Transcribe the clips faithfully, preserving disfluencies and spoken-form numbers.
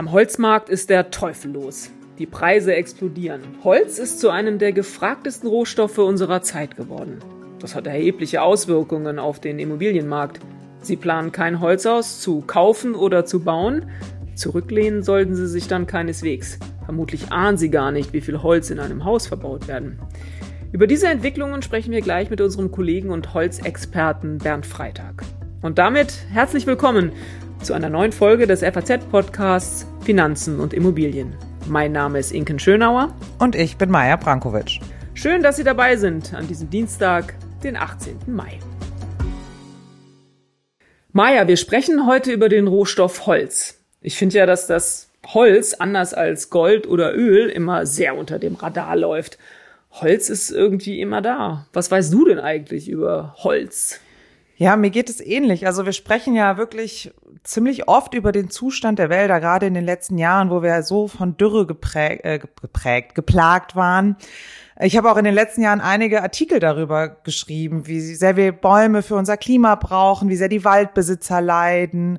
Am Holzmarkt ist der Teufel los. Die Preise explodieren. Holz ist zu einem der gefragtesten Rohstoffe unserer Zeit geworden. Das hat erhebliche Auswirkungen auf den Immobilienmarkt. Sie planen kein Holzhaus zu kaufen oder zu bauen. Zurücklehnen sollten Sie sich dann keineswegs. Vermutlich ahnen Sie gar nicht, wie viel Holz in einem Haus verbaut werden. Über diese Entwicklungen sprechen wir gleich mit unserem Kollegen und Holzexperten Bernd Freitag. Und damit herzlich willkommen zu einer neuen Folge des F A Z-Podcasts Finanzen und Immobilien. Mein Name ist Inken Schönauer. Und ich bin Maja Brankovic. Schön, dass Sie dabei sind an diesem Dienstag, den achtzehnten Mai. Maja, wir sprechen heute über den Rohstoff Holz. Ich finde ja, dass das Holz, anders als Gold oder Öl, immer sehr unter dem Radar läuft. Holz ist irgendwie immer da. Was weißt du denn eigentlich über Holz? Ja, mir geht es ähnlich. Also wir sprechen ja wirklich ziemlich oft über den Zustand der Wälder, gerade in den letzten Jahren, wo wir so von Dürre geprägt, äh, geprägt geplagt waren. Ich habe auch in den letzten Jahren einige Artikel darüber geschrieben, wie sehr wir Bäume für unser Klima brauchen, wie sehr die Waldbesitzer leiden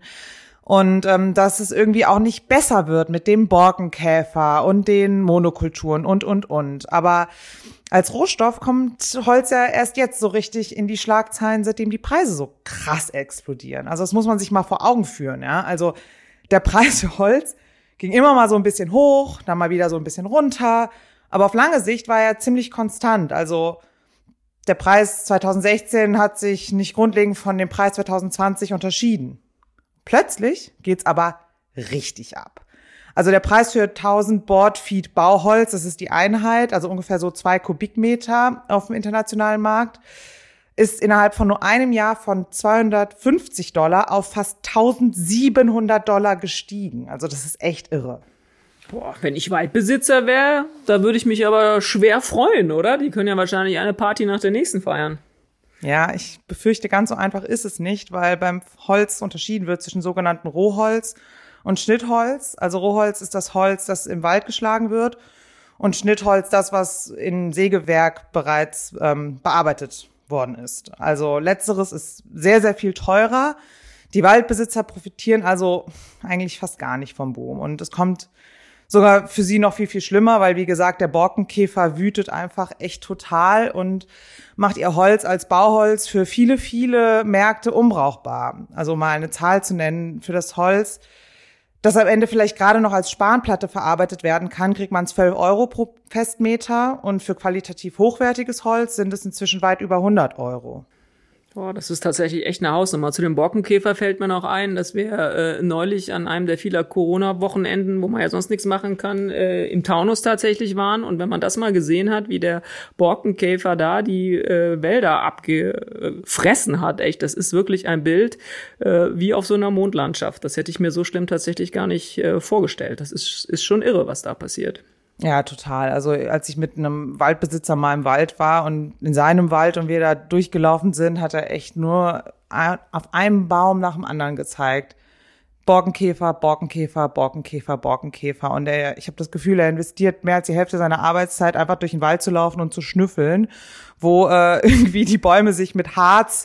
und ähm, dass es irgendwie auch nicht besser wird mit dem Borkenkäfer und den Monokulturen und, und, und. Aber als Rohstoff kommt Holz ja erst jetzt so richtig in die Schlagzeilen, seitdem die Preise so krass explodieren. Also das muss man sich mal vor Augen führen, ja. Also der Preis für Holz ging immer mal so ein bisschen hoch, dann mal wieder so ein bisschen runter. Aber auf lange Sicht war er ziemlich konstant. Also der Preis zwanzig sechzehn hat sich nicht grundlegend von dem Preis zwanzig zwanzig unterschieden. Plötzlich geht's aber richtig ab. Also der Preis für tausend Boardfeet Bauholz, das ist die Einheit, also ungefähr so zwei Kubikmeter auf dem internationalen Markt, ist innerhalb von nur einem Jahr von zweihundertfünfzig Dollar auf fast eintausendsiebenhundert Dollar gestiegen. Also das ist echt irre. Boah, wenn ich Waldbesitzer wäre, da würde ich mich aber schwer freuen, oder? Die können ja wahrscheinlich eine Party nach der nächsten feiern. Ja, ich befürchte, ganz so einfach ist es nicht, weil beim Holz unterschieden wird zwischen sogenannten Rohholz und Schnittholz. Also Rohholz ist das Holz, das im Wald geschlagen wird, und Schnittholz das, was in Sägewerk bereits ähm, bearbeitet worden ist. Also letzteres ist sehr, sehr viel teurer. Die Waldbesitzer profitieren also eigentlich fast gar nicht vom Boom. Und es kommt sogar für sie noch viel, viel schlimmer, weil, wie gesagt, der Borkenkäfer wütet einfach echt total und macht ihr Holz als Bauholz für viele, viele Märkte unbrauchbar. Also mal eine Zahl zu nennen: Für das Holz, das am Ende vielleicht gerade noch als Spanplatte verarbeitet werden kann, kriegt man zwölf Euro pro Festmeter, und für qualitativ hochwertiges Holz sind es inzwischen weit über hundert Euro. Boah, das ist tatsächlich echt eine Hausnummer. Zu dem Borkenkäfer fällt mir noch ein, dass wir äh, neulich an einem der vieler Corona-Wochenenden, wo man ja sonst nichts machen kann, äh, im Taunus tatsächlich waren. Und wenn man das mal gesehen hat, wie der Borkenkäfer da die äh, Wälder abgefressen hat, echt, das ist wirklich ein Bild äh, wie auf so einer Mondlandschaft. Das hätte ich mir so schlimm tatsächlich gar nicht äh, vorgestellt. Das ist, ist schon irre, was da passiert. Ja, total. Also als ich mit einem Waldbesitzer mal im Wald war und in seinem Wald und wir da durchgelaufen sind, hat er echt nur auf einem Baum nach dem anderen gezeigt: Borkenkäfer, Borkenkäfer, Borkenkäfer, Borkenkäfer. Und er, ich habe das Gefühl, er investiert mehr als die Hälfte seiner Arbeitszeit, einfach durch den Wald zu laufen und zu schnüffeln, wo äh, irgendwie die Bäume sich mit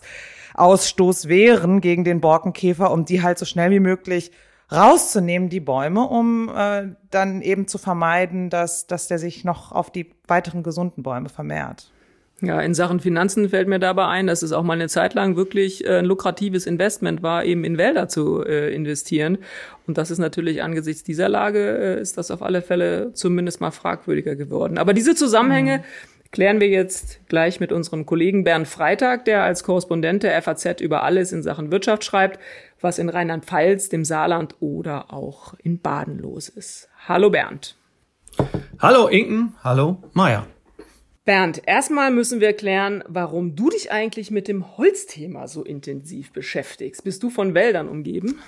Harzausstoß wehren gegen den Borkenkäfer, um die halt so schnell wie möglich rauszunehmen, die Bäume, um äh, dann eben zu vermeiden, dass dass der sich noch auf die weiteren gesunden Bäume vermehrt. Ja, in Sachen Finanzen fällt mir dabei ein, dass es auch mal eine Zeit lang wirklich äh, ein lukratives Investment war, eben in Wälder zu äh, investieren. Und das ist natürlich angesichts dieser Lage, äh, ist das auf alle Fälle zumindest mal fragwürdiger geworden. Aber diese Zusammenhänge mhm. klären wir jetzt gleich mit unserem Kollegen Bernd Freitag, der als Korrespondent der F A Z über alles in Sachen Wirtschaft schreibt, was in Rheinland-Pfalz, dem Saarland oder auch in Baden los ist. Hallo Bernd. Hallo Inken, hallo Maja. Bernd, erstmal müssen wir klären, warum du dich eigentlich mit dem Holzthema so intensiv beschäftigst. Bist du von Wäldern umgeben?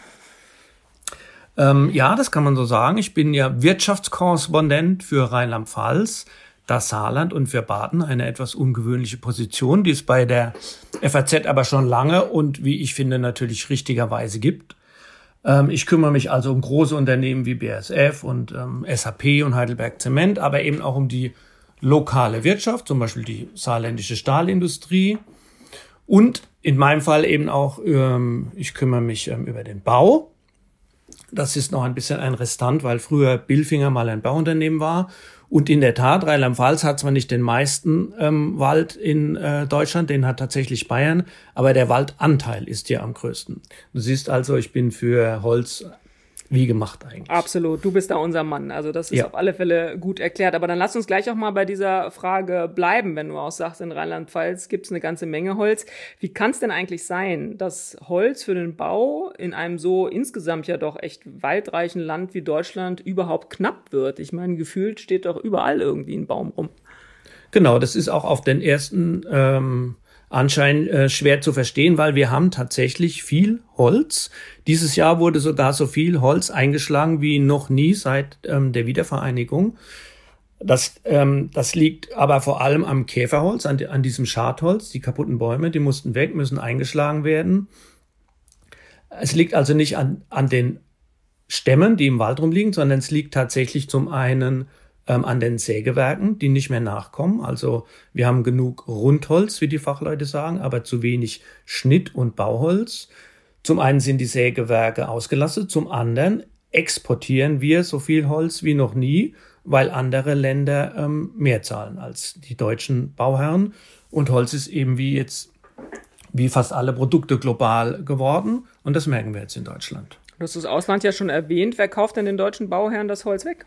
Ähm, ja, das kann man so sagen. Ich bin ja Wirtschaftskorrespondent für Rheinland-Pfalz, das Saarland und für Baden. Eine etwas ungewöhnliche Position, die es bei der F A Z aber schon lange und, wie ich finde, natürlich richtigerweise gibt. Ähm, ich kümmere mich also um große Unternehmen wie B A S F und ähm, S A P und Heidelberg Zement, aber eben auch um die lokale Wirtschaft, zum Beispiel die saarländische Stahlindustrie. Und in meinem Fall eben auch, ähm, ich kümmere mich ähm, über den Bau. Das ist noch ein bisschen ein Restant, weil früher Bilfinger mal ein Bauunternehmen war. Und in der Tat, Rheinland-Pfalz hat zwar nicht den meisten ähm, Wald in äh, Deutschland, den hat tatsächlich Bayern, aber der Waldanteil ist hier am größten. Du siehst also, ich bin für Holz wie gemacht eigentlich. Absolut, du bist da unser Mann. Also das ist ja auf alle Fälle gut erklärt. Aber dann lass uns gleich auch mal bei dieser Frage bleiben, wenn du auch sagst, in Rheinland-Pfalz gibt es eine ganze Menge Holz. Wie kann es denn eigentlich sein, dass Holz für den Bau in einem so insgesamt ja doch echt waldreichen Land wie Deutschland überhaupt knapp wird? Ich meine, gefühlt steht doch überall irgendwie ein Baum rum. Genau, das ist auch auf den ersten ähm, Anschein äh, schwer zu verstehen, weil wir haben tatsächlich viel Holz. Dieses Jahr wurde sogar so viel Holz eingeschlagen wie noch nie seit ähm, der Wiedervereinigung. Das, ähm, das liegt aber vor allem am Käferholz, an, an diesem Schadholz. Die kaputten Bäume, die mussten weg, müssen eingeschlagen werden. Es liegt also nicht an, an den Stämmen, die im Wald rumliegen, sondern es liegt tatsächlich zum einen an den Sägewerken, die nicht mehr nachkommen. Also wir haben genug Rundholz, wie die Fachleute sagen, aber zu wenig Schnitt- und Bauholz. Zum einen sind die Sägewerke ausgelastet, zum anderen exportieren wir so viel Holz wie noch nie, weil andere Länder ähm, mehr zahlen als die deutschen Bauherren. Und Holz ist eben wie jetzt, wie fast alle Produkte global geworden. Und das merken wir jetzt in Deutschland. Du hast das Ausland ja schon erwähnt. Wer kauft denn den deutschen Bauherren das Holz weg?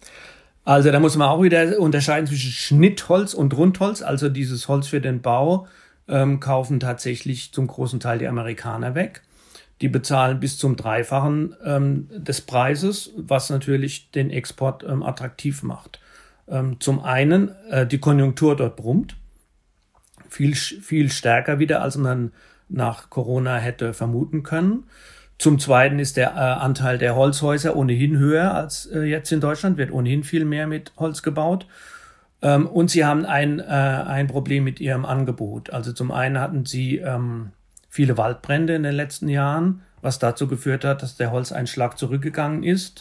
Also da muss man auch wieder unterscheiden zwischen Schnittholz und Rundholz. Also dieses Holz für den Bau ähm, kaufen tatsächlich zum großen Teil die Amerikaner weg. Die bezahlen bis zum Dreifachen ähm, des Preises, was natürlich den Export ähm, attraktiv macht. Ähm, zum einen, äh, die Konjunktur dort brummt. Viel, viel stärker wieder, als man nach Corona hätte vermuten können. Zum Zweiten ist der äh, Anteil der Holzhäuser ohnehin höher als äh, jetzt in Deutschland, wird ohnehin viel mehr mit Holz gebaut. Ähm, und sie haben ein, äh, ein Problem mit ihrem Angebot. Also zum einen hatten sie ähm, viele Waldbrände in den letzten Jahren, was dazu geführt hat, dass der Holzeinschlag zurückgegangen ist.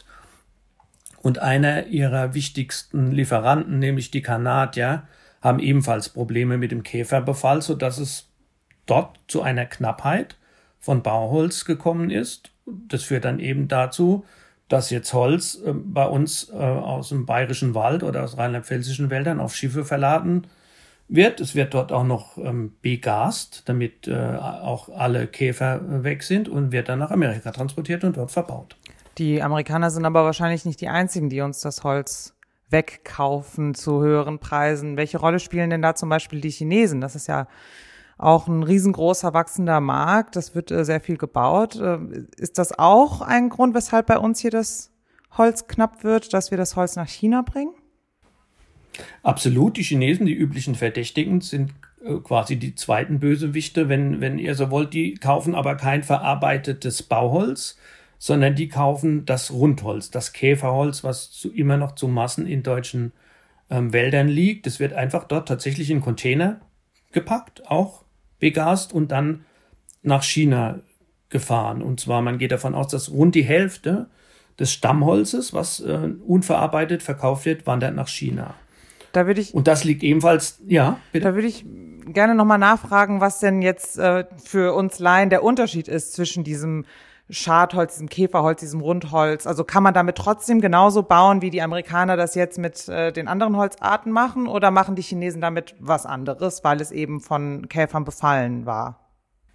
Und einer ihrer wichtigsten Lieferanten, nämlich die Kanadier, haben ebenfalls Probleme mit dem Käferbefall, sodass es dort zu einer Knappheit von Bauholz gekommen ist. Das führt dann eben dazu, dass jetzt Holz äh, bei uns äh, aus dem bayerischen Wald oder aus rheinland-pfälzischen Wäldern auf Schiffe verladen wird. Es wird dort auch noch ähm, begast, damit äh, auch alle Käfer äh, weg sind und wird dann nach Amerika transportiert und dort verbaut. Die Amerikaner sind aber wahrscheinlich nicht die einzigen, die uns das Holz wegkaufen zu höheren Preisen. Welche Rolle spielen denn da zum Beispiel die Chinesen? Das ist ja auch ein riesengroßer wachsender Markt. Das wird äh, sehr viel gebaut. Äh, ist das auch ein Grund, weshalb bei uns hier das Holz knapp wird, dass wir das Holz nach China bringen? Absolut. Die Chinesen, die üblichen Verdächtigen, sind äh, quasi die zweiten Bösewichte, wenn, wenn ihr so wollt. Die kaufen aber kein verarbeitetes Bauholz, sondern die kaufen das Rundholz, das Käferholz, was zu, immer noch zu Massen in deutschen ähm, Wäldern liegt. Das wird einfach dort tatsächlich in Container gepackt, auch begast und dann nach China gefahren. Und zwar, man geht davon aus, dass rund die Hälfte des Stammholzes, was äh, unverarbeitet verkauft wird, wandert nach China. Da würde ich, und das liegt ebenfalls, ja, bitte. Da würde ich gerne nochmal nachfragen, was denn jetzt äh, für uns Laien der Unterschied ist zwischen diesem Schadholz, diesem Käferholz, diesem Rundholz. Also kann man damit trotzdem genauso bauen, wie die Amerikaner das jetzt mit äh, den anderen Holzarten machen, oder machen die Chinesen damit was anderes, weil es eben von Käfern befallen war?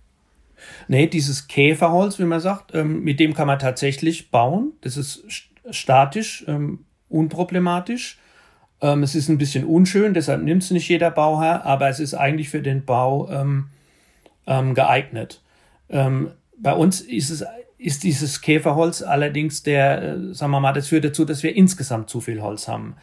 Nee, dieses Käferholz, wie man sagt, ähm, mit dem kann man tatsächlich bauen. Das ist statisch, ähm, unproblematisch. Ähm, es ist ein bisschen unschön, deshalb nimmt es nicht jeder Bauherr, aber es ist eigentlich für den Bau ähm, ähm, geeignet. Ähm, bei uns ist es ist dieses Käferholz allerdings der, äh, sagen wir mal, das führt dazu, dass wir insgesamt zu viel Holz haben.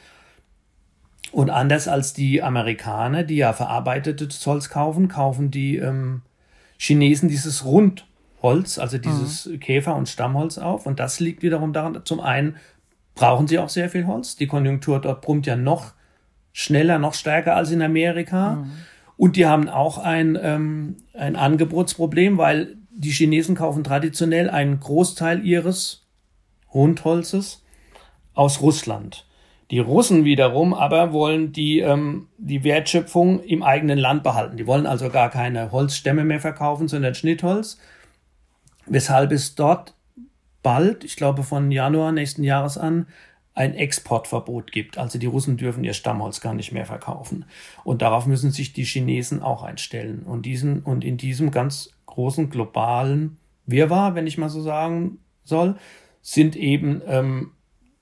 Und anders als die Amerikaner, die ja verarbeitetes Holz kaufen, kaufen die ähm, Chinesen dieses Rundholz, also dieses mhm. Käfer- und Stammholz auf. Und das liegt wiederum daran, zum einen brauchen sie auch sehr viel Holz. Die Konjunktur dort brummt ja noch schneller, noch stärker als in Amerika. Mhm. Und die haben auch ein, ähm, ein Angebotsproblem, weil die Chinesen kaufen traditionell einen Großteil ihres Rundholzes aus Russland. Die Russen wiederum aber wollen die, ähm, die Wertschöpfung im eigenen Land behalten. Die wollen also gar keine Holzstämme mehr verkaufen, sondern Schnittholz, weshalb es dort bald, ich glaube von Januar nächsten Jahres an, ein Exportverbot gibt. Also die Russen dürfen ihr Stammholz gar nicht mehr verkaufen. Und darauf müssen sich die Chinesen auch einstellen. Und, diesen, und in diesem ganz großen globalen Wirrwarr, wenn ich mal so sagen soll, sind eben ähm,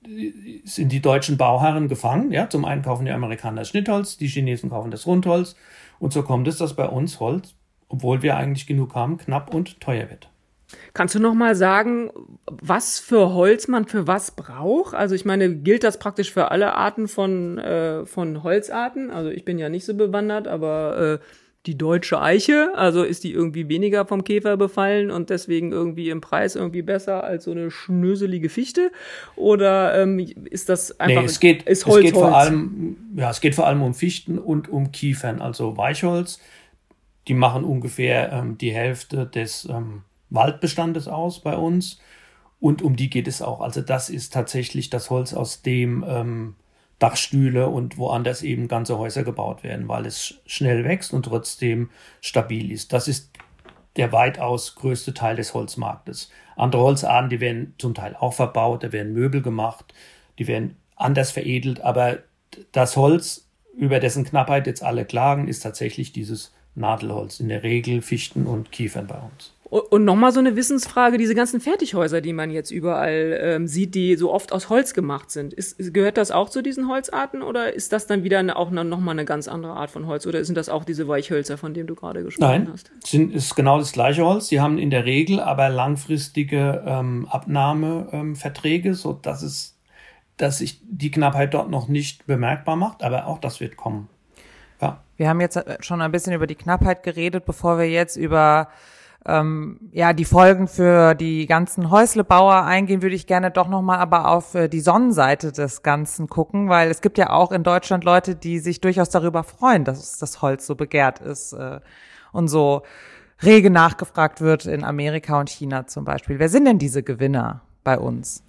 sind die deutschen Bauherren gefangen. Ja? Zum einen kaufen die Amerikaner das Schnittholz, die Chinesen kaufen das Rundholz. Und so kommt es, dass bei uns Holz, obwohl wir eigentlich genug haben, knapp und teuer wird. Kannst du noch mal sagen, was für Holz man für was braucht? Also ich meine, gilt das praktisch für alle Arten von, äh, von Holzarten? Also ich bin ja nicht so bewandert, aber äh, die deutsche Eiche, also ist die irgendwie weniger vom Käfer befallen und deswegen irgendwie im Preis irgendwie besser als so eine schnöselige Fichte? Oder ähm, ist das einfach, nee, es geht, ist Holz, es geht Holz? vor allem, ja, es geht vor allem um Fichten und um Kiefern, also Weichholz. Die machen ungefähr ähm, die Hälfte des ähm, Waldbestandes aus bei uns und um die geht es auch. Also das ist tatsächlich das Holz, aus dem ähm, Dachstühle und woanders eben ganze Häuser gebaut werden, weil es schnell wächst und trotzdem stabil ist. Das ist der weitaus größte Teil des Holzmarktes. Andere Holzarten, die werden zum Teil auch verbaut, da werden Möbel gemacht, die werden anders veredelt, aber das Holz, über dessen Knappheit jetzt alle klagen, ist tatsächlich dieses Nadelholz, in der Regel Fichten und Kiefern bei uns. Und nochmal so eine Wissensfrage, diese ganzen Fertighäuser, die man jetzt überall ähm, sieht, die so oft aus Holz gemacht sind. Ist, gehört das auch zu diesen Holzarten oder ist das dann wieder eine, auch eine, nochmal eine ganz andere Art von Holz? Oder sind das auch diese Weichhölzer, von denen du gerade gesprochen Nein, hast? Nein, ist genau das gleiche Holz. Die haben in der Regel aber langfristige ähm, Abnahmeverträge, ähm, sodass es, dass sich die Knappheit dort noch nicht bemerkbar macht. Aber auch das wird kommen. Ja. Wir haben jetzt schon ein bisschen über die Knappheit geredet, bevor wir jetzt über ähm, ja die Folgen für die ganzen Häuslebauer eingehen, würde ich gerne doch nochmal aber auf äh, die Sonnenseite des Ganzen gucken, weil es gibt ja auch in Deutschland Leute, die sich durchaus darüber freuen, dass das Holz so begehrt ist äh, und so rege nachgefragt wird in Amerika und China zum Beispiel. Wer sind denn diese Gewinner bei uns?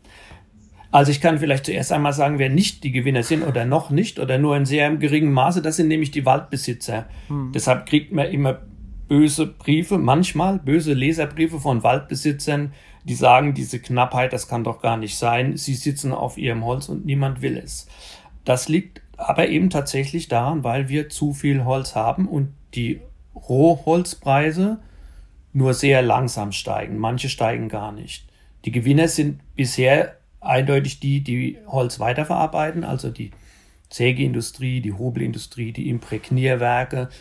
Also ich kann vielleicht zuerst einmal sagen, wer nicht die Gewinner sind oder noch nicht oder nur in sehr geringem Maße, das sind nämlich die Waldbesitzer. Hm. Deshalb kriegt man immer böse Briefe, manchmal böse Leserbriefe von Waldbesitzern, die sagen, diese Knappheit, das kann doch gar nicht sein. Sie sitzen auf ihrem Holz und niemand will es. Das liegt aber eben tatsächlich daran, weil wir zu viel Holz haben und die Rohholzpreise nur sehr langsam steigen. Manche steigen gar nicht. Die Gewinner sind bisher eindeutig die, die Holz weiterverarbeiten, also die Sägeindustrie, die Hobelindustrie, die Imprägnierwerke.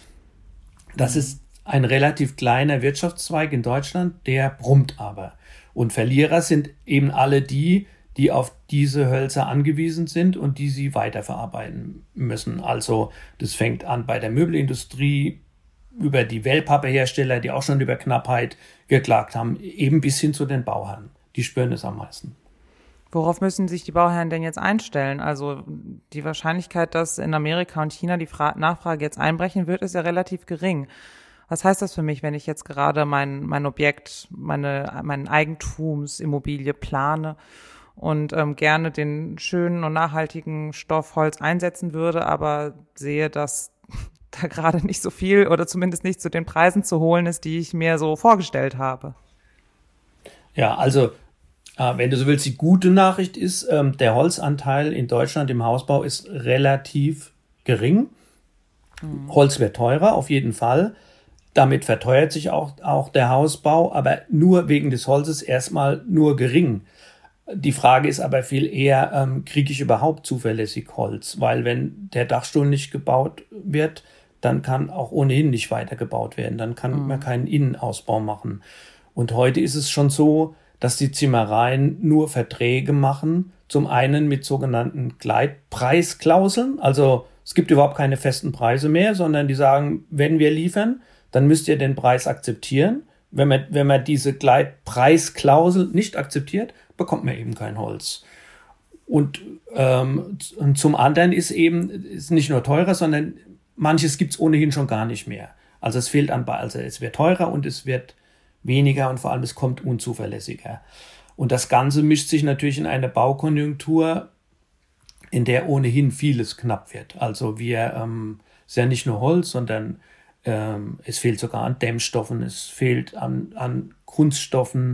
Das ist ein relativ kleiner Wirtschaftszweig in Deutschland, der brummt aber. Und Verlierer sind eben alle die, die auf diese Hölzer angewiesen sind und die sie weiterverarbeiten müssen. Also das fängt an bei der Möbelindustrie, über die Wellpappehersteller, die auch schon über Knappheit geklagt haben, eben bis hin zu den Bauherren. Die spüren es am meisten. Worauf müssen sich die Bauherren denn jetzt einstellen? Also die Wahrscheinlichkeit, dass in Amerika und China die Fra- Nachfrage jetzt einbrechen wird, ist ja relativ gering. Was heißt das für mich, wenn ich jetzt gerade mein mein Objekt, meine meine Eigentumsimmobilie plane und ähm, gerne den schönen und nachhaltigen Stoff Holz einsetzen würde, aber sehe, dass da gerade nicht so viel oder zumindest nicht zu den Preisen zu holen ist, die ich mir so vorgestellt habe? Ja, also wenn du so willst, die gute Nachricht ist, ähm, der Holzanteil in Deutschland im Hausbau ist relativ gering. Mhm. Holz wird teurer, auf jeden Fall. Damit verteuert sich auch, auch der Hausbau, aber nur wegen des Holzes erstmal nur gering. Die Frage ist aber viel eher, ähm, kriege ich überhaupt zuverlässig Holz? Weil wenn der Dachstuhl nicht gebaut wird, dann kann auch ohnehin nicht weiter gebaut werden. Dann kann mhm. man keinen Innenausbau machen. Und heute ist es schon so, dass die Zimmereien nur Verträge machen, zum einen mit sogenannten Gleitpreisklauseln, also es gibt überhaupt keine festen Preise mehr, sondern die sagen, wenn wir liefern, dann müsst ihr den Preis akzeptieren. Wenn man, wenn man diese Gleitpreisklausel nicht akzeptiert, bekommt man eben kein Holz. Und, ähm, und zum anderen ist eben, ist nicht nur teurer, sondern manches gibt's ohnehin schon gar nicht mehr. Also es fehlt an, also es wird teurer und es wird weniger und vor allem es kommt unzuverlässiger. Und das Ganze mischt sich natürlich in eine Baukonjunktur, in der ohnehin vieles knapp wird. Also wir, ähm, es ist ja nicht nur Holz, sondern ähm, es fehlt sogar an Dämmstoffen, es fehlt an, an Kunststoffen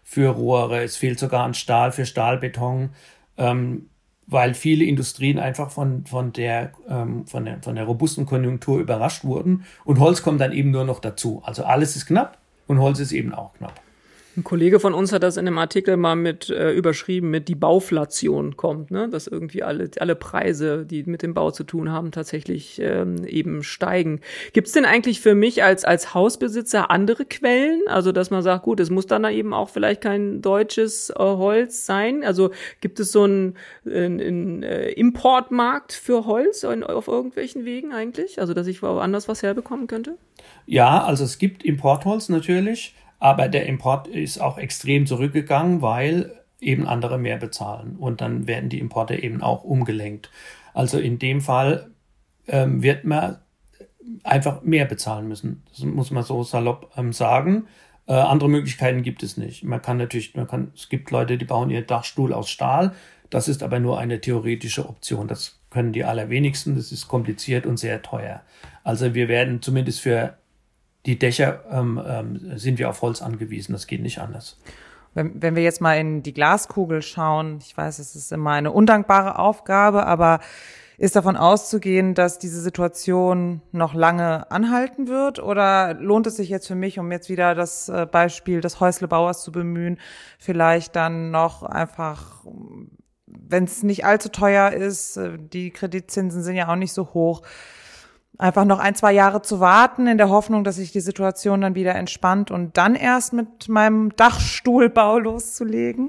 für Rohre, es fehlt sogar an Stahl für Stahlbeton, ähm, weil viele Industrien einfach von, von, der, ähm, von, der, von der robusten Konjunktur überrascht wurden und Holz kommt dann eben nur noch dazu. Also alles ist knapp und Holz ist eben auch knapp. Ein Kollege von uns hat das in einem Artikel mal mit äh, überschrieben, mit die Bauflation kommt, ne? Dass irgendwie alle alle Preise, die mit dem Bau zu tun haben, tatsächlich ähm, eben steigen. Gibt's denn eigentlich für mich als als Hausbesitzer andere Quellen? Also dass man sagt, gut, es muss dann eben auch vielleicht kein deutsches äh, Holz sein. Also gibt es so einen, einen, einen äh, Importmarkt für Holz in, auf irgendwelchen Wegen eigentlich? Also dass ich woanders was herbekommen könnte? Ja, also es gibt Importholz natürlich. Aber der Import ist auch extrem zurückgegangen, weil eben andere mehr bezahlen. Und dann werden die Importe eben auch umgelenkt. Also in dem Fall ähm, wird man einfach mehr bezahlen müssen. Das muss man so salopp ähm, sagen. Äh, andere Möglichkeiten gibt es nicht. Man kann natürlich, man kann, es gibt Leute, die bauen ihren Dachstuhl aus Stahl. Das ist aber nur eine theoretische Option. Das können die allerwenigsten. Das ist kompliziert und sehr teuer. Also wir werden zumindest für die Dächer ähm, ähm, sind wir auf Holz angewiesen. Das geht nicht anders. Wenn, wenn wir jetzt mal in die Glaskugel schauen, ich weiß, es ist immer eine undankbare Aufgabe, aber ist davon auszugehen, dass diese Situation noch lange anhalten wird? Oder lohnt es sich jetzt für mich, um jetzt wieder das Beispiel des Häuslebauers zu bemühen, vielleicht dann noch einfach, wenn es nicht allzu teuer ist, die Kreditzinsen sind ja auch nicht so hoch, einfach noch ein, zwei Jahre zu warten, in der Hoffnung, dass sich die Situation dann wieder entspannt und dann erst mit meinem Dachstuhlbau loszulegen?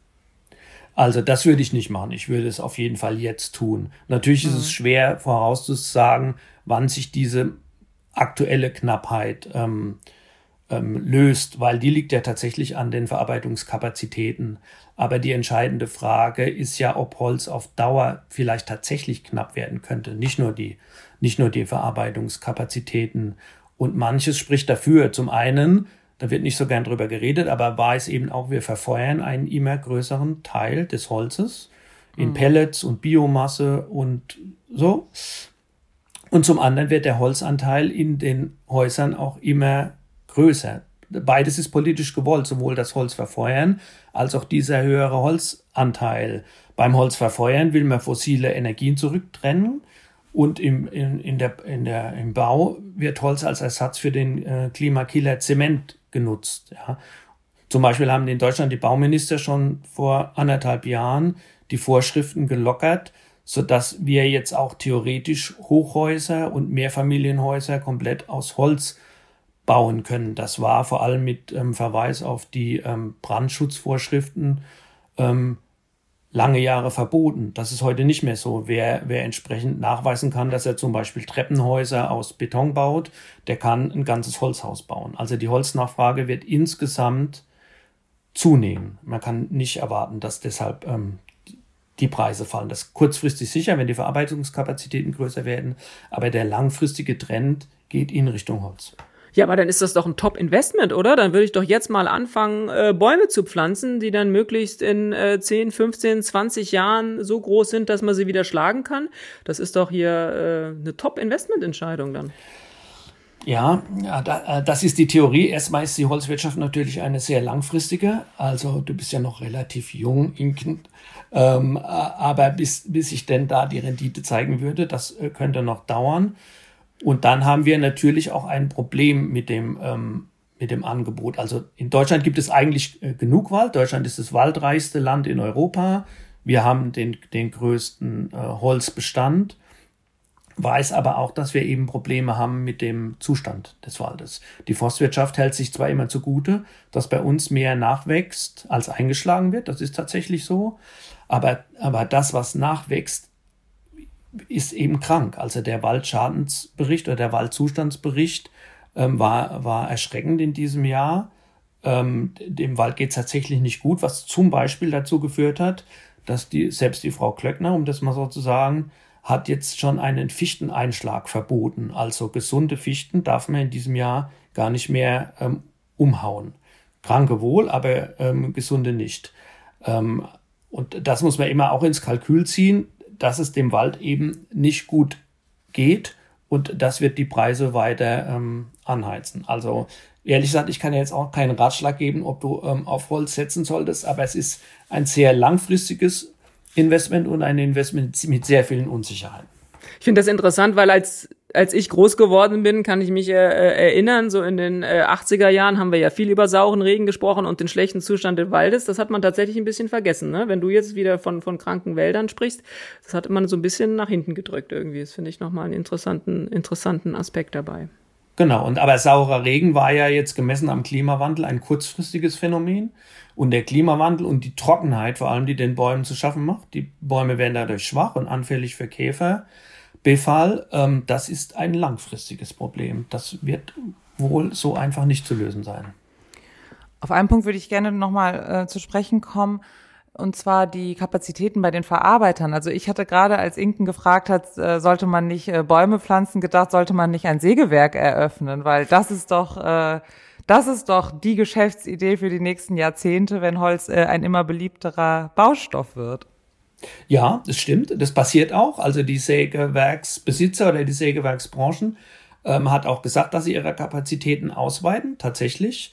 Also das würde ich nicht machen. Ich würde es auf jeden Fall jetzt tun. Natürlich mhm. ist es schwer vorauszusagen, wann sich diese aktuelle Knappheit ähm, ähm, löst, weil die liegt ja tatsächlich an den Verarbeitungskapazitäten. Aber die entscheidende Frage ist ja, ob Holz auf Dauer vielleicht tatsächlich knapp werden könnte. Nicht nur die Nicht nur die Verarbeitungskapazitäten. Und manches spricht dafür. Zum einen, da wird nicht so gern drüber geredet, aber war es eben auch, wir verfeuern einen immer größeren Teil des Holzes in mhm. Pellets und Biomasse und so. Und zum anderen wird der Holzanteil in den Häusern auch immer größer. Beides ist politisch gewollt, sowohl das Holzverfeuern als auch dieser höhere Holzanteil. Beim Holzverfeuern will man fossile Energien zurücktrennen. Und im, in, in der, in der, im Bau wird Holz als Ersatz für den äh, Klimakiller Zement genutzt. Ja. Zum Beispiel haben in Deutschland die Bauminister schon vor anderthalb Jahren die Vorschriften gelockert, sodass wir jetzt auch theoretisch Hochhäuser und Mehrfamilienhäuser komplett aus Holz bauen können. Das war vor allem mit ähm, Verweis auf die ähm, Brandschutzvorschriften ähm, lange Jahre verboten. Das ist heute nicht mehr so. Wer, wer entsprechend nachweisen kann, dass er zum Beispiel Treppenhäuser aus Beton baut, der kann ein ganzes Holzhaus bauen. Also die Holznachfrage wird insgesamt zunehmen. Man kann nicht erwarten, dass deshalb ähm, die Preise fallen. Das ist kurzfristig sicher, wenn die Verarbeitungskapazitäten größer werden, aber der langfristige Trend geht in Richtung Holz. Ja, aber dann ist das doch ein Top-Investment, oder? Dann würde ich doch jetzt mal anfangen, äh, Bäume zu pflanzen, die dann möglichst in äh, zehn, fünfzehn, zwanzig Jahren so groß sind, dass man sie wieder schlagen kann. Das ist doch hier äh, eine Top-Investment-Entscheidung dann. Ja, ja da, das ist die Theorie. Erstmal ist die Holzwirtschaft natürlich eine sehr langfristige. Also du bist ja noch relativ jung, Inken. Ähm, aber bis, bis sich denn da die Rendite zeigen würde, das äh, könnte noch dauern. Und dann haben wir natürlich auch ein Problem mit dem, ähm, mit dem Angebot. Also in Deutschland gibt es eigentlich äh, genug Wald. Deutschland ist das waldreichste Land in Europa. Wir haben den, den größten äh, Holzbestand. Weiß aber auch, dass wir eben Probleme haben mit dem Zustand des Waldes. Die Forstwirtschaft hält sich zwar immer zugute, dass bei uns mehr nachwächst, als eingeschlagen wird. Das ist tatsächlich so. Aber, aber das, was nachwächst, ist eben krank. Also der Waldschadensbericht oder der Waldzustandsbericht ähm, war, war erschreckend in diesem Jahr. Ähm, dem Wald geht es tatsächlich nicht gut, was zum Beispiel dazu geführt hat, dass die, selbst die Frau Klöckner, um das mal so zu sagen, hat jetzt schon einen Fichteneinschlag verboten. Also gesunde Fichten darf man in diesem Jahr gar nicht mehr ähm, umhauen. Kranke wohl, aber ähm, gesunde nicht. Ähm, und das muss man immer auch ins Kalkül ziehen, dass es dem Wald eben nicht gut geht und das wird die Preise weiter ähm, anheizen. Also ehrlich gesagt, ich kann ja jetzt auch keinen Ratschlag geben, ob du ähm, auf Holz setzen solltest, aber es ist ein sehr langfristiges Investment und ein Investment mit sehr vielen Unsicherheiten. Ich finde das interessant, weil als als ich groß geworden bin, kann ich mich äh, erinnern, so in den äh, achtziger Jahren haben wir ja viel über sauren Regen gesprochen und den schlechten Zustand des Waldes. Das hat man tatsächlich ein bisschen vergessen, ne? Wenn du jetzt wieder von von kranken Wäldern sprichst, das hat man so ein bisschen nach hinten gedrückt irgendwie. Das finde ich nochmal einen interessanten interessanten Aspekt dabei. Genau, und aber saurer Regen war ja jetzt gemessen am Klimawandel ein kurzfristiges Phänomen. Und der Klimawandel und die Trockenheit, vor allem die den Bäumen zu schaffen macht, die Bäume werden dadurch schwach und anfällig für Käferbefall, ähm, das ist ein langfristiges Problem. Das wird wohl so einfach nicht zu lösen sein. Auf einen Punkt würde ich gerne nochmal äh, zu sprechen kommen, und zwar die Kapazitäten bei den Verarbeitern. Also ich hatte gerade, als Inken gefragt hat, äh, sollte man nicht äh, Bäume pflanzen, gedacht, sollte man nicht ein Sägewerk eröffnen, weil das ist doch... Äh, Das ist doch die Geschäftsidee für die nächsten Jahrzehnte, wenn Holz äh, ein immer beliebterer Baustoff wird. Ja, das stimmt. Das passiert auch. Also die Sägewerksbesitzer oder die Sägewerksbranchen ähm, hat auch gesagt, dass sie ihre Kapazitäten ausweiten, tatsächlich.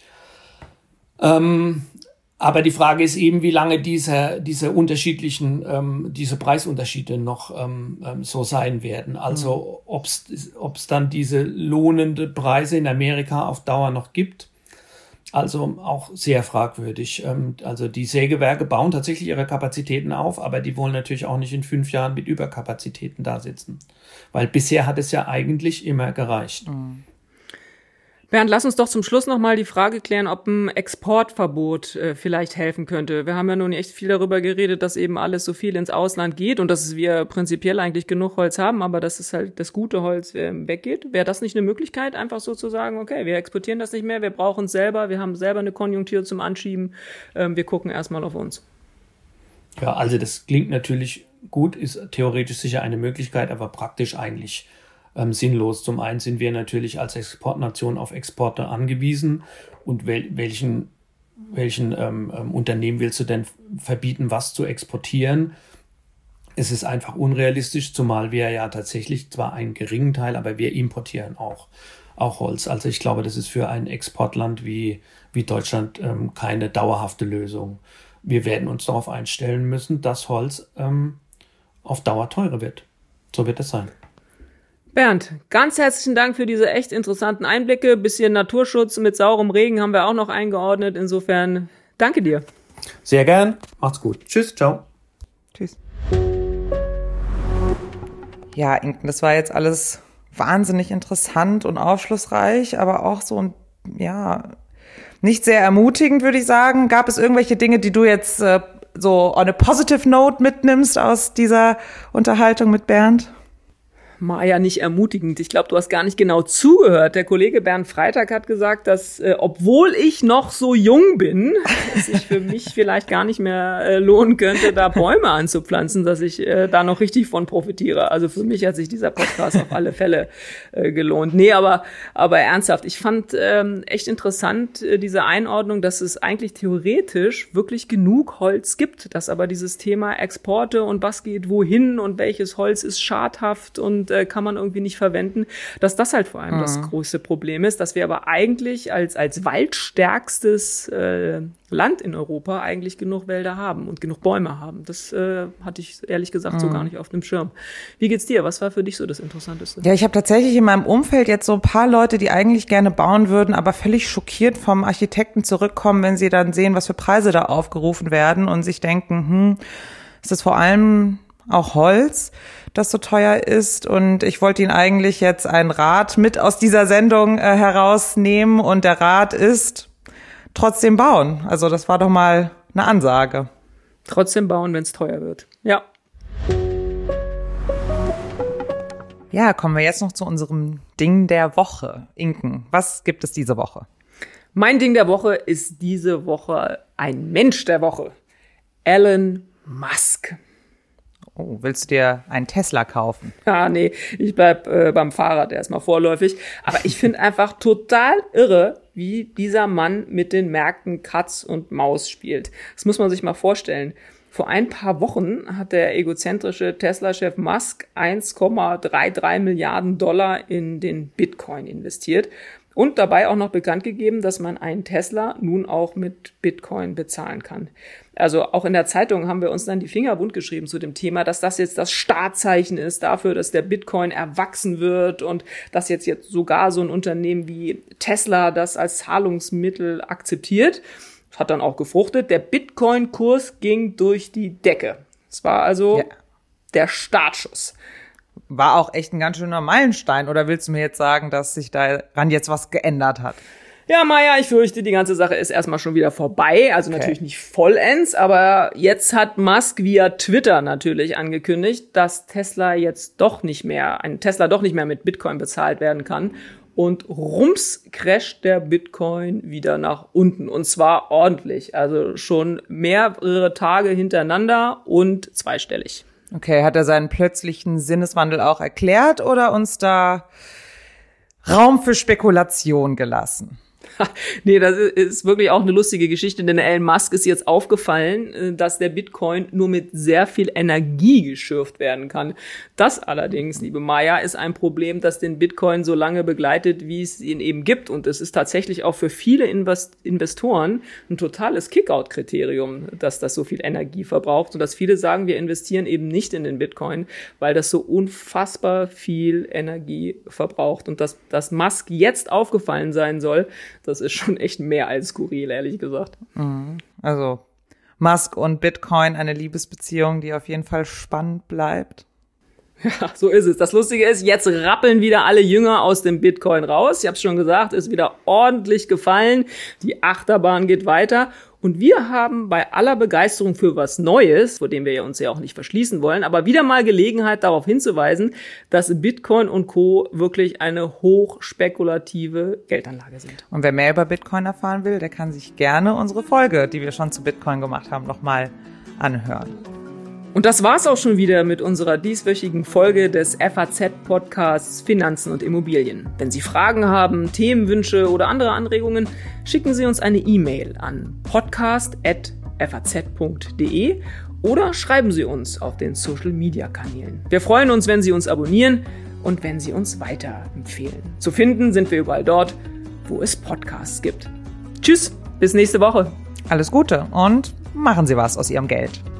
Ähm, aber die Frage ist eben, wie lange diese, diese unterschiedlichen, ähm, diese Preisunterschiede noch ähm, so sein werden. Also mhm. ob es dann diese lohnende Preise in Amerika auf Dauer noch gibt. Also auch sehr fragwürdig. Ähm, also die Sägewerke bauen tatsächlich ihre Kapazitäten auf, aber die wollen natürlich auch nicht in fünf Jahren mit Überkapazitäten da sitzen. Weil bisher hat es ja eigentlich immer gereicht. Mhm. Bernd, lass uns doch zum Schluss nochmal die Frage klären, ob ein Exportverbot äh, vielleicht helfen könnte. Wir haben ja nun echt viel darüber geredet, dass eben alles so viel ins Ausland geht und dass wir prinzipiell eigentlich genug Holz haben, aber dass es halt das gute Holz äh, weggeht. Wäre das nicht eine Möglichkeit, einfach so zu sagen, okay, wir exportieren das nicht mehr, wir brauchen es selber, wir haben selber eine Konjunktur zum Anschieben, ähm, wir gucken erstmal auf uns. Ja, also das klingt natürlich gut, ist theoretisch sicher eine Möglichkeit, aber praktisch eigentlich Ähm, sinnlos. Zum einen sind wir natürlich als Exportnation auf Exporte angewiesen und wel- welchen, welchen ähm, ähm, Unternehmen willst du denn verbieten, was zu exportieren? Es ist einfach unrealistisch, zumal wir ja tatsächlich zwar einen geringen Teil, aber wir importieren auch, auch Holz. Also ich glaube, das ist für ein Exportland wie, wie Deutschland ähm, keine dauerhafte Lösung. Wir werden uns darauf einstellen müssen, dass Holz ähm, auf Dauer teurer wird. So wird es sein. Bernd, ganz herzlichen Dank für diese echt interessanten Einblicke. Bisschen Naturschutz mit saurem Regen haben wir auch noch eingeordnet. Insofern danke dir. Sehr gern. Macht's gut. Tschüss. Ciao. Tschüss. Ja, Inken, das war jetzt alles wahnsinnig interessant und aufschlussreich, aber auch so, ja, nicht sehr ermutigend, würde ich sagen. Gab es irgendwelche Dinge, die du jetzt äh, so on a positive note mitnimmst aus dieser Unterhaltung mit Bernd? Maja, nicht ermutigend. Ich glaube, du hast gar nicht genau zugehört. Der Kollege Bernd Freitag hat gesagt, dass, äh, obwohl ich noch so jung bin, es sich für mich vielleicht gar nicht mehr äh, lohnen könnte, da Bäume anzupflanzen, dass ich äh, da noch richtig von profitiere. Also für mich hat sich dieser Podcast auf alle Fälle äh, gelohnt. Nee, aber aber ernsthaft, ich fand ähm, echt interessant äh, diese Einordnung, dass es eigentlich theoretisch wirklich genug Holz gibt, dass aber dieses Thema Exporte und was geht wohin und welches Holz ist schadhaft und äh, kann man irgendwie nicht verwenden, dass das halt vor allem mhm. das größte Problem ist, dass wir aber eigentlich als als waldstärkstes äh, Land in Europa eigentlich genug Wälder haben und genug Bäume haben. Das äh, hatte ich ehrlich gesagt mhm. so gar nicht auf dem Schirm. Wie geht's dir? Was war für dich so das Interessanteste? Ja, ich habe tatsächlich in meinem Umfeld jetzt so ein paar Leute, die eigentlich gerne bauen würden, aber völlig schockiert vom Architekten zurückkommen, wenn sie dann sehen, was für Preise da aufgerufen werden und sich denken, hm, ist das vor allem auch Holz, das so teuer ist, und ich wollte Ihnen eigentlich jetzt einen Rat mit aus dieser Sendung äh, herausnehmen, und der Rat ist, trotzdem bauen. Also das war doch mal eine Ansage. Trotzdem bauen, wenn es teuer wird. Ja. Ja, kommen wir jetzt noch zu unserem Ding der Woche. Inken, was gibt es diese Woche? Mein Ding der Woche ist diese Woche ein Mensch der Woche. Elon Musk. Oh, willst du dir einen Tesla kaufen? Ja, nee, ich bleib äh, beim Fahrrad erstmal vorläufig. Aber ich finde einfach total irre, wie dieser Mann mit den Märkten Katz und Maus spielt. Das muss man sich mal vorstellen. Vor ein paar Wochen hat der egozentrische Tesla-Chef Musk eins Komma dreiunddreißig Milliarden Dollar in den Bitcoin investiert und dabei auch noch bekannt gegeben, dass man einen Tesla nun auch mit Bitcoin bezahlen kann. Also auch in der Zeitung haben wir uns dann die Finger wund geschrieben zu dem Thema, dass das jetzt das Startzeichen ist dafür, dass der Bitcoin erwachsen wird und dass jetzt, jetzt sogar so ein Unternehmen wie Tesla das als Zahlungsmittel akzeptiert. Das hat dann auch gefruchtet. Der Bitcoin-Kurs ging durch die Decke. Es war also ja. der Startschuss. War auch echt ein ganz schöner Meilenstein. Oder willst du mir jetzt sagen, dass sich daran jetzt was geändert hat? Ja, Maja, ich fürchte, die ganze Sache ist erstmal schon wieder vorbei. Also okay. natürlich nicht vollends, aber jetzt hat Musk via Twitter natürlich angekündigt, dass Tesla jetzt doch nicht mehr, ein Tesla doch nicht mehr mit Bitcoin bezahlt werden kann. Und rums crasht der Bitcoin wieder nach unten. Und zwar ordentlich. Also schon mehrere Tage hintereinander und zweistellig. Okay, hat er seinen plötzlichen Sinneswandel auch erklärt oder uns da Raum für Spekulation gelassen? Nee, das ist wirklich auch eine lustige Geschichte, denn Elon Musk ist jetzt aufgefallen, dass der Bitcoin nur mit sehr viel Energie geschürft werden kann. Das allerdings, liebe Maja, ist ein Problem, das den Bitcoin so lange begleitet, wie es ihn eben gibt. Und es ist tatsächlich auch für viele Invest- Investoren ein totales Kickout-Kriterium, dass das so viel Energie verbraucht und dass viele sagen, wir investieren eben nicht in den Bitcoin, weil das so unfassbar viel Energie verbraucht. Und dass, dass Musk jetzt aufgefallen sein soll, das ist schon echt mehr als skurril, ehrlich gesagt. Also Musk und Bitcoin, eine Liebesbeziehung, die auf jeden Fall spannend bleibt. Ja, so ist es. Das Lustige ist, jetzt rappeln wieder alle Jünger aus dem Bitcoin raus. Ich habe es schon gesagt, ist wieder ordentlich gefallen. Die Achterbahn geht weiter. Und wir haben bei aller Begeisterung für was Neues, vor dem wir uns ja auch nicht verschließen wollen, aber wieder mal Gelegenheit darauf hinzuweisen, dass Bitcoin und Co. wirklich eine hochspekulative Geldanlage sind. Und wer mehr über Bitcoin erfahren will, der kann sich gerne unsere Folge, die wir schon zu Bitcoin gemacht haben, nochmal anhören. Und das war's auch schon wieder mit unserer dieswöchigen Folge des F A Z-Podcasts Finanzen und Immobilien. Wenn Sie Fragen haben, Themenwünsche oder andere Anregungen, schicken Sie uns eine E-Mail an podcast at f a z punkt d e oder schreiben Sie uns auf den Social-Media-Kanälen. Wir freuen uns, wenn Sie uns abonnieren und wenn Sie uns weiterempfehlen. Zu finden sind wir überall dort, wo es Podcasts gibt. Tschüss, bis nächste Woche. Alles Gute und machen Sie was aus Ihrem Geld.